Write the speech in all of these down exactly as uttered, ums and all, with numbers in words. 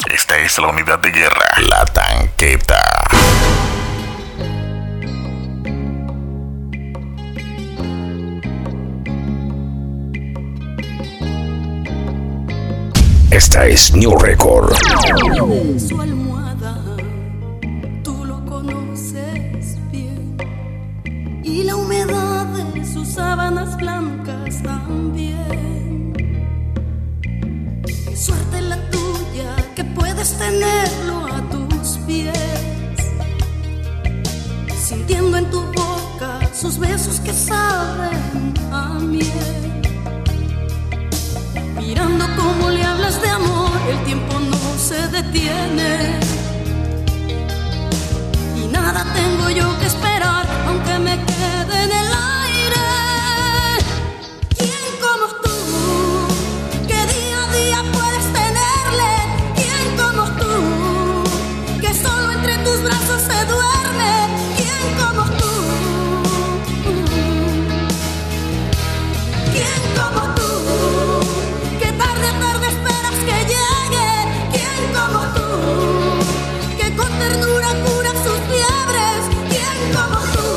Esta es la unidad de guerra, la tanqueta. Esta es New Record. Su almohada, tú lo conoces bien, y la humedad de sus sábanas blancas también. Qué suerte la tuya que puedes tenerlo a tus pies, sintiendo en tu boca sus besos que saben a miel. Mirando cómo le hablas de amor, el tiempo no se detiene. Y nada tengo yo que esperar, aunque me quede en el aire. ¿Quién como tú, que día a día puedes tenerle? ¿Quién como tú, que solo entre tus brazos se duerme? ¿Quién como tú? ¿Quién como tú? Tarde a tarde esperas que llegue. ¿Quién como tú, que con ternura cura sus fiebres? ¿Quién como tú?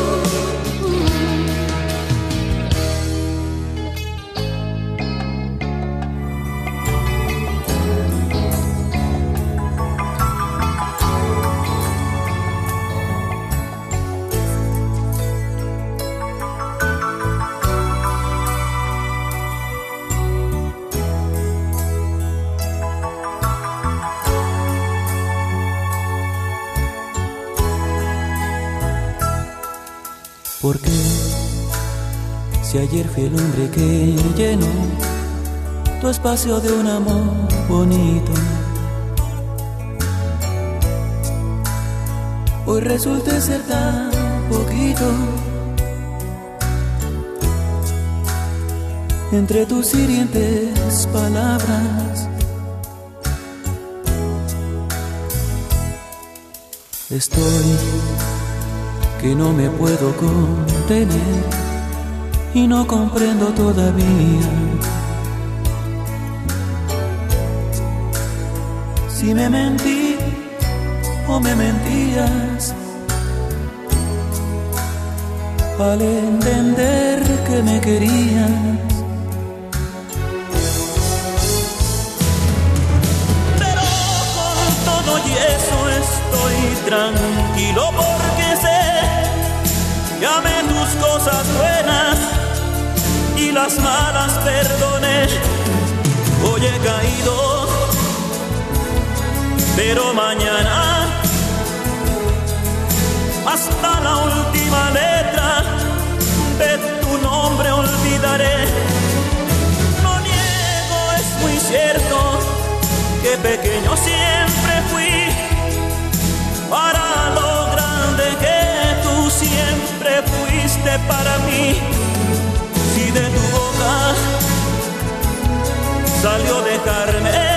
¿Por qué? Si ayer fui el hombre que llenó tu espacio de un amor bonito, hoy resulta ser tan poquito. Entre tus hirientes palabras estoy que no me puedo contener y no comprendo todavía si me mentí o me mentías al entender que me querías. Pero con todo y eso estoy tranquilo porque sé que amé tus cosas buenas y las malas perdoné. Hoy he caído, pero mañana hasta la última letra de tu nombre olvidaré. No niego, es muy cierto que pequeño siempre fui para lo grande que tú siempre fuiste para mí. Si de tu boca salió dejarme,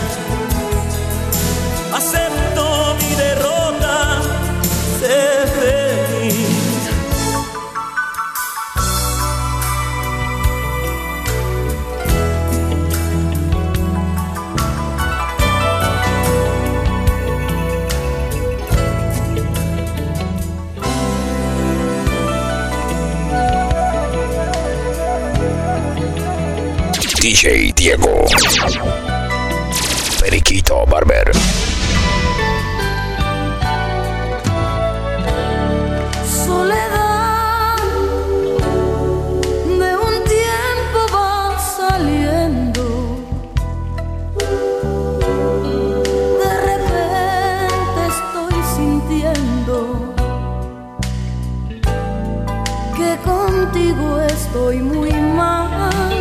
acepto mi derrota, sé feliz. D J Diego Periquito Barber. Soledad de un tiempo va saliendo, de repente estoy sintiendo que contigo estoy muy mal.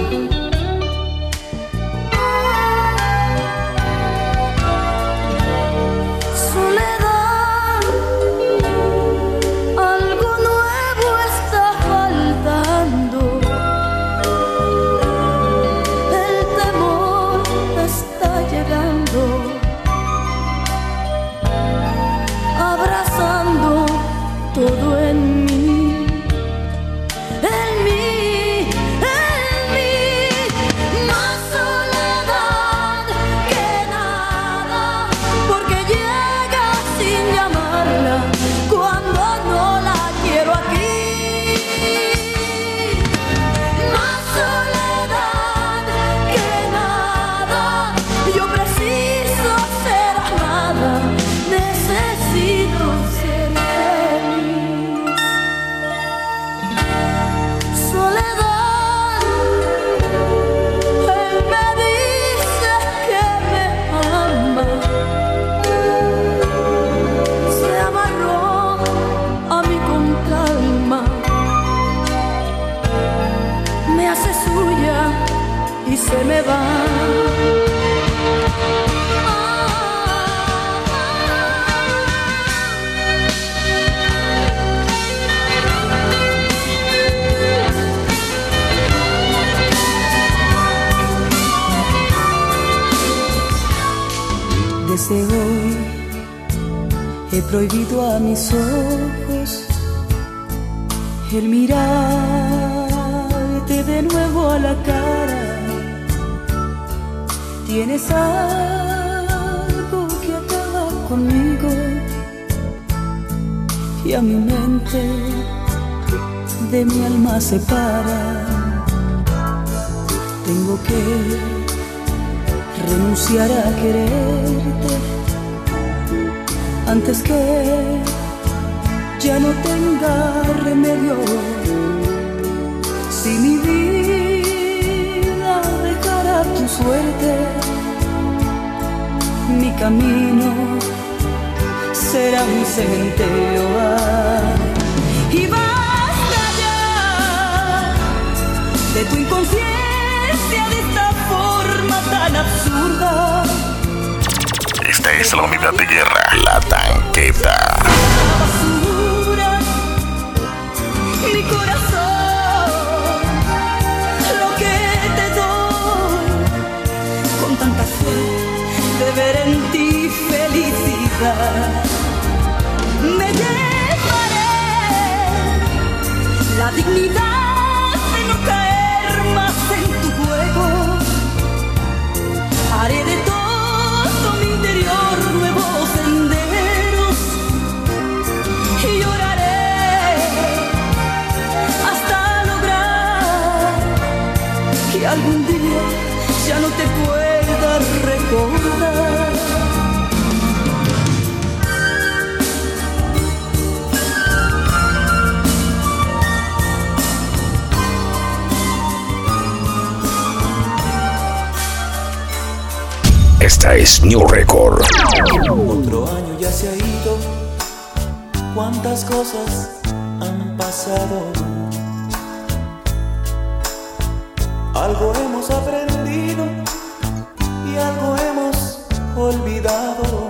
Todo en mí, en mí, en mí. Desde hoy he prohibido a mis ojos el mirarte de nuevo a la cara. Tienes algo que acaba conmigo y a mi mente de mi alma separa. Tengo que renunciar a quererte antes que ya no tenga remedio. Si mi vida dejara tu suerte, mi camino será un cementerio. Y basta ya de tu inconsciencia, de esta forma tan absurda. Esta es la unidad de guerra, la tanqueta. La basura, mi corazón, lo que te doy, con tanta fe de ver en ti felicidad. Me llevaré la dignidad de no caer más en tu juego. Haré de todo mi interior nuevos senderos y lloraré hasta lograr que algún día ya no te pueda recordar. Esta es New Record. Otro año ya se ha ido, cuántas cosas han pasado. Algo hemos aprendido y algo hemos olvidado.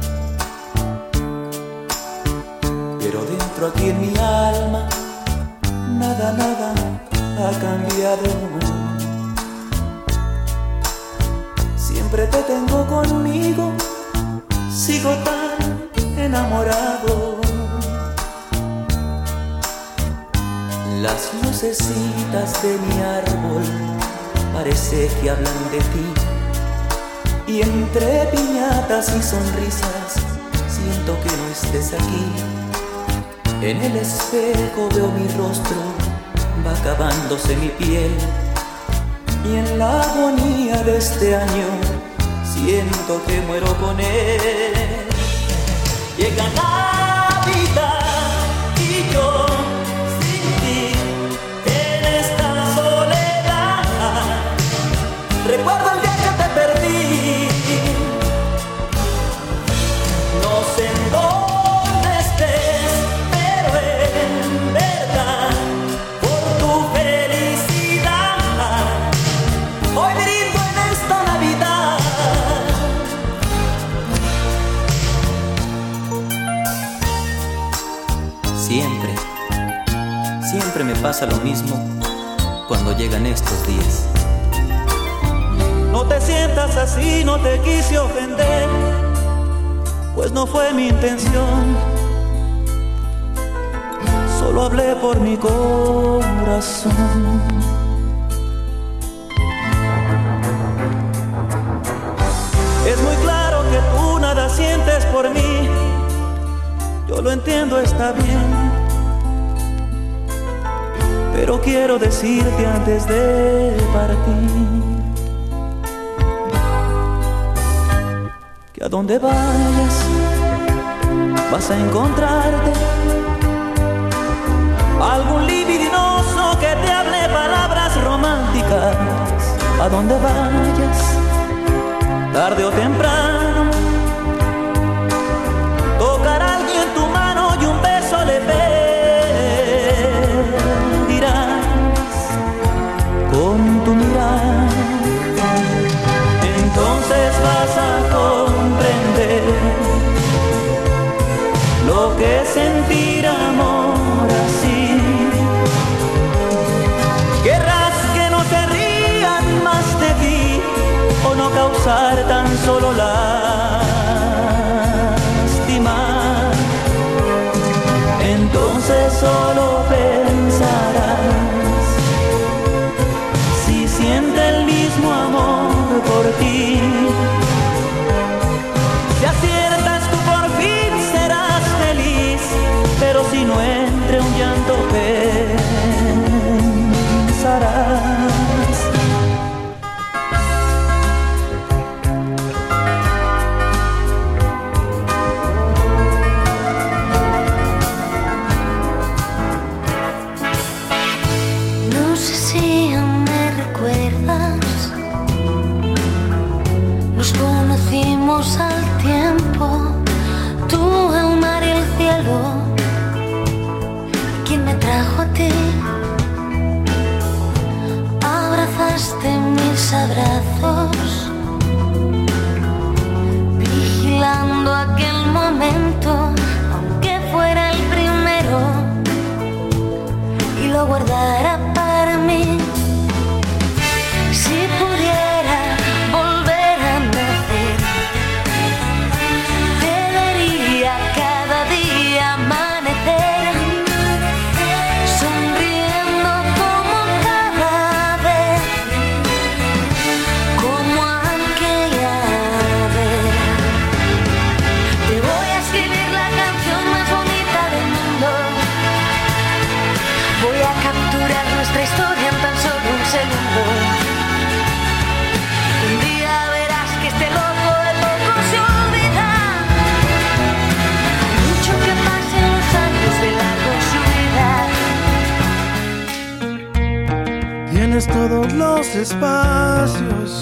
Pero dentro aquí en mi alma, nada, nada ha cambiado. Siempre te tengo conmigo, sigo tan enamorado. Las lucecitas de mi árbol parece que hablan de ti, y entre piñatas y sonrisas siento que no estés aquí. En el espejo veo mi rostro, va acabándose mi piel, y en la agonía de este año siento que muero con él. Llega Navidad y yo sin ti en esta soledad. Recuerdo el día que te perdí, no sé en dónde estés, pero en verdad por tu felicidad hoy brindo en esta Navidad. Siempre, siempre me pasa lo mismo cuando llegan estos días. No te sientas así, no te quise ofender, pues no fue mi intención. Solo hablé por mi corazón. Es muy claro que tú nada sientes por mí, yo lo entiendo, está bien, pero quiero decirte antes de partir que a donde vayas vas a encontrarte algún libidinoso que te hable palabras románticas. A donde vayas, tarde o temprano, tocar a alguien tu mano y un beso le pedirás con tu mirada. Entonces vas a comprender lo que es sentir amor así. Querrás que no se rían más de ti o no causar tan solo la volvamos al tiempo, tú, el mar y el cielo. ¿Quién me trajo a ti? Abrazaste mis abrazos, vigilando aquel momento, aunque fuera el primero, y lo guardara para mí. Si pudiera volver a nacer, te vería cada día amanecer, sonriendo como cada vez, como aquella vez. Te voy a escribir la canción más bonita del mundo. Voy a capturar nuestra historia en tan solo un segundo. Un día verás que este loco de loco se olvida. Mucho que pasen los años de largo su vida. Tienes todos los espacios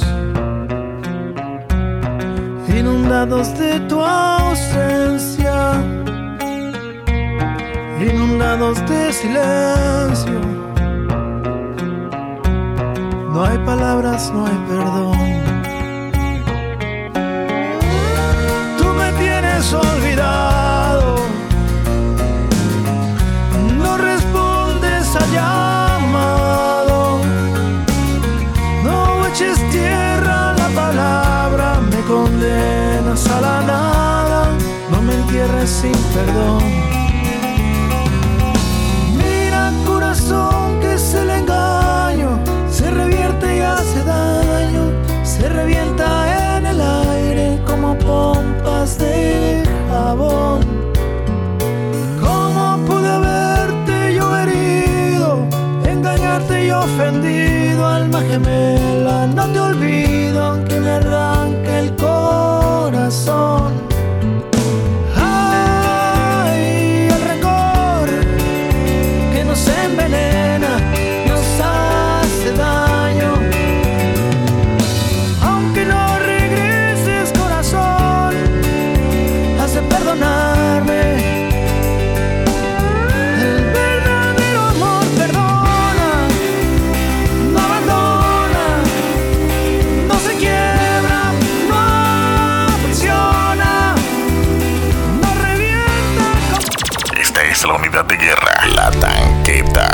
inundados de tu ausencia, inundados de silencio. No hay palabras, no hay perdón. Tú me tienes olvidado, no respondes al llamado, no eches tierra a la palabra, me condenas a la nada, no me entierres sin perdón. Mira, corazón, que es el engaño, se revierte y hace daño, se revienta en el aire como pompas de jabón. ¿Cómo pude haberte yo herido, engañarte y ofendido? Alma gemela, no te olvido aunque me arranque el corazón. Ay, el rencor que nos envenena, nos hace daño. Aunque no regreses, corazón, has de perdonarme. El verdadero amor perdona, no abandona, no se quiebra, no funciona, no revienta como... Esta es la unidad de guerra, la tanqueta.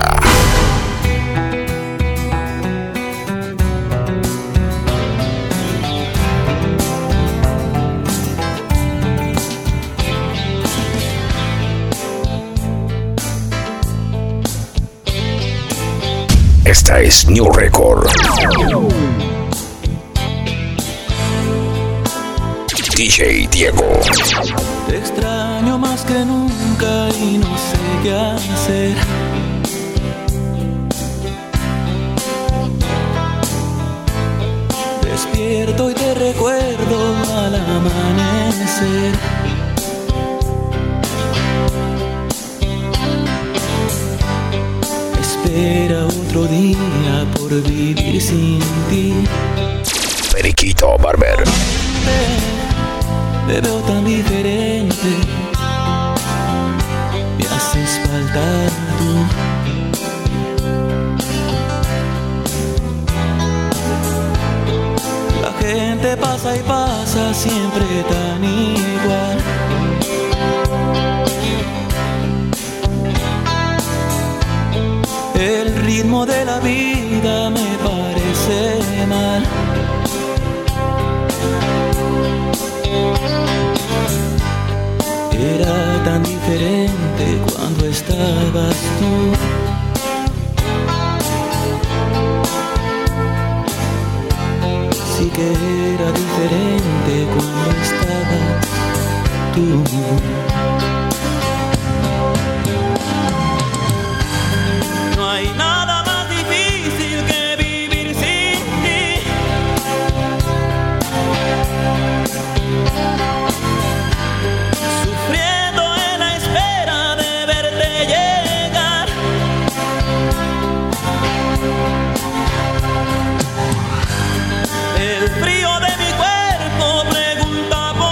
Esta es New Record. D J Diego. Te extraño más que nunca y no sé qué hacer. Despierto y te recuerdo al amanecer. Espera otro día por vivir sin ti. Periquito Barber. Te veo tan diferente, me haces falta tú. La gente pasa y pasa siempre tan igual. El ritmo de la vida me parece mal. Era tan diferente cuando estabas tú. Sí que era diferente cuando estabas tú. No hay nada más difícil que vivir sin ti. Sufriendo en la espera de verte llegar. El frío de mi cuerpo pregunta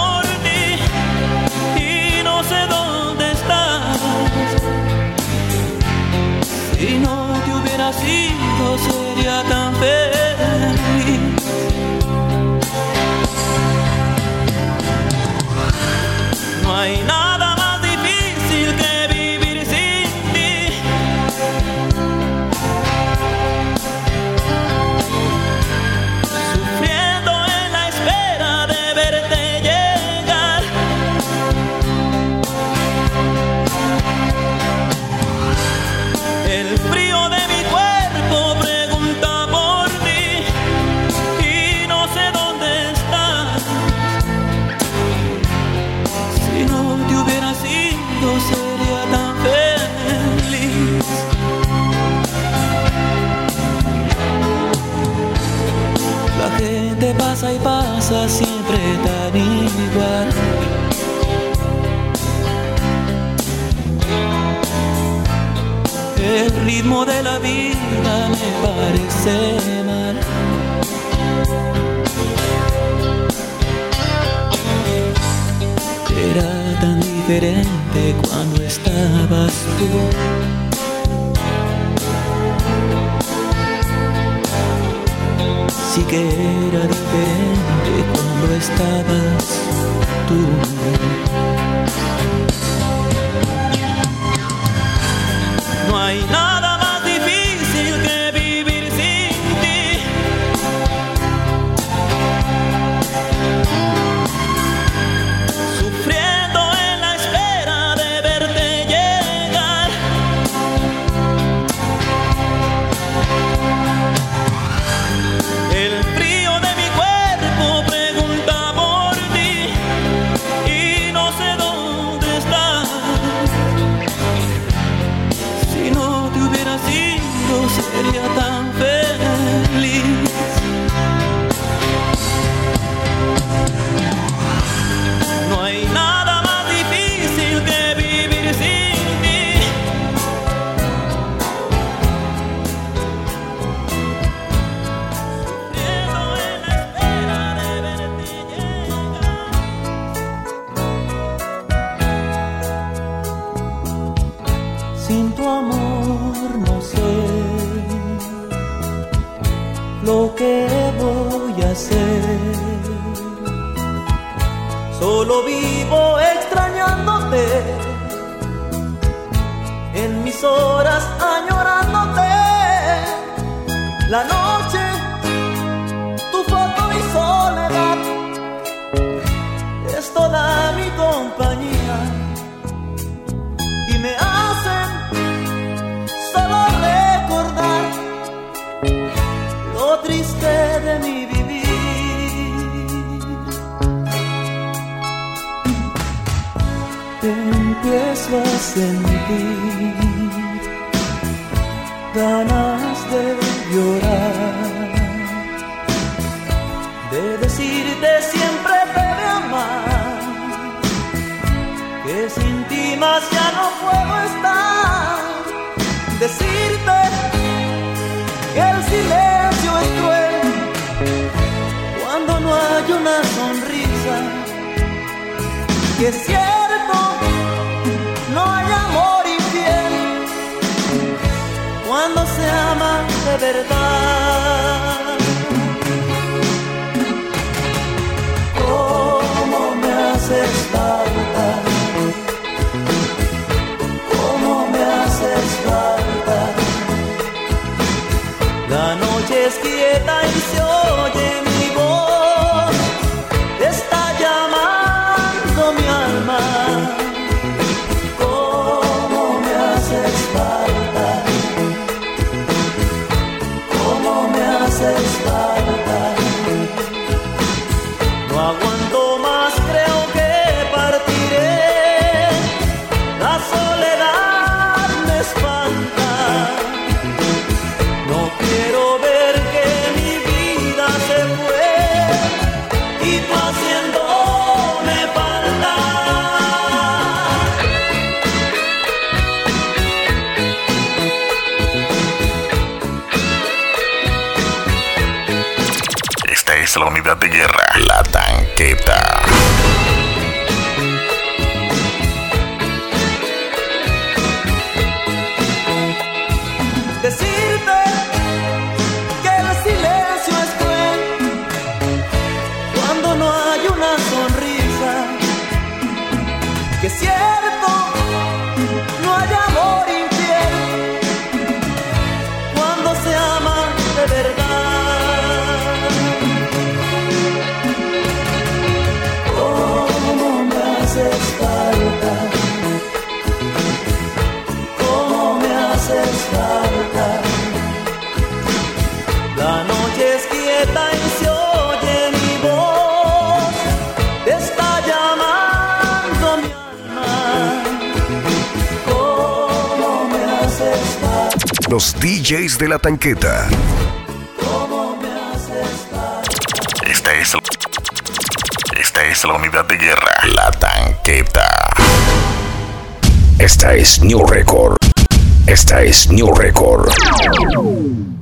pasa siempre tan igual. El ritmo de la vida me parece mal. Era tan diferente cuando estabas tú. Sí que era diferente cuando estabas tú. No hay nada más difícil que vivir sin ti. Sufriendo en la espera de verte llegar. El frío de mi cuerpo pregunta por ti y no sé dónde estás. Si no te hubieras ido sería tan feliz. No hay nada más difícil que vivir sin ti. Sufriendo en la espera de verte llegar. Sin tu amor no sé lo que voy a hacer. Solo vivo extrañándote, en mis horas añorándote. La noche, tu foto y soledad es toda mi compañía y me hacen solo recordar lo triste de mi vivir. Empiezo a sentir ganas de llorar, de decirte siempre te voy a amar, que sin ti más ya no puedo estar. Decirte que el silencio es cruel cuando no hay una sonrisa, que es cierto, no hay amor infiel cuando se ama de verdad. ¿Cómo me haces falta? ¿Cómo me haces falta? La noche es quieta y se oye mi voz, te está llamando mi alma. ¿Cómo me haces falta? ¿Cómo me haces falta? No aguanto más, creo que partiré. La soledad me espanta. No quiero ver que mi vida se fue y tú haciéndome falta. Esta es la unidad de guerra, la tanqueta. Decirte que el silencio es cruel cuando no hay una sonrisa, que es cierto, no hay amor infiel cuando se ama de verdad. ¿Cómo me haces falta? ¿Cómo me haces falta? La noche es quieta y se oye mi voz, te está llamando mi alma. ¿Cómo me haces falta? Los D Js de la tanqueta. ¿Cómo me haces falta? Esta es Esta es la unidad de guerra, la tanqueta. Esta es New Record. Esta es New Record.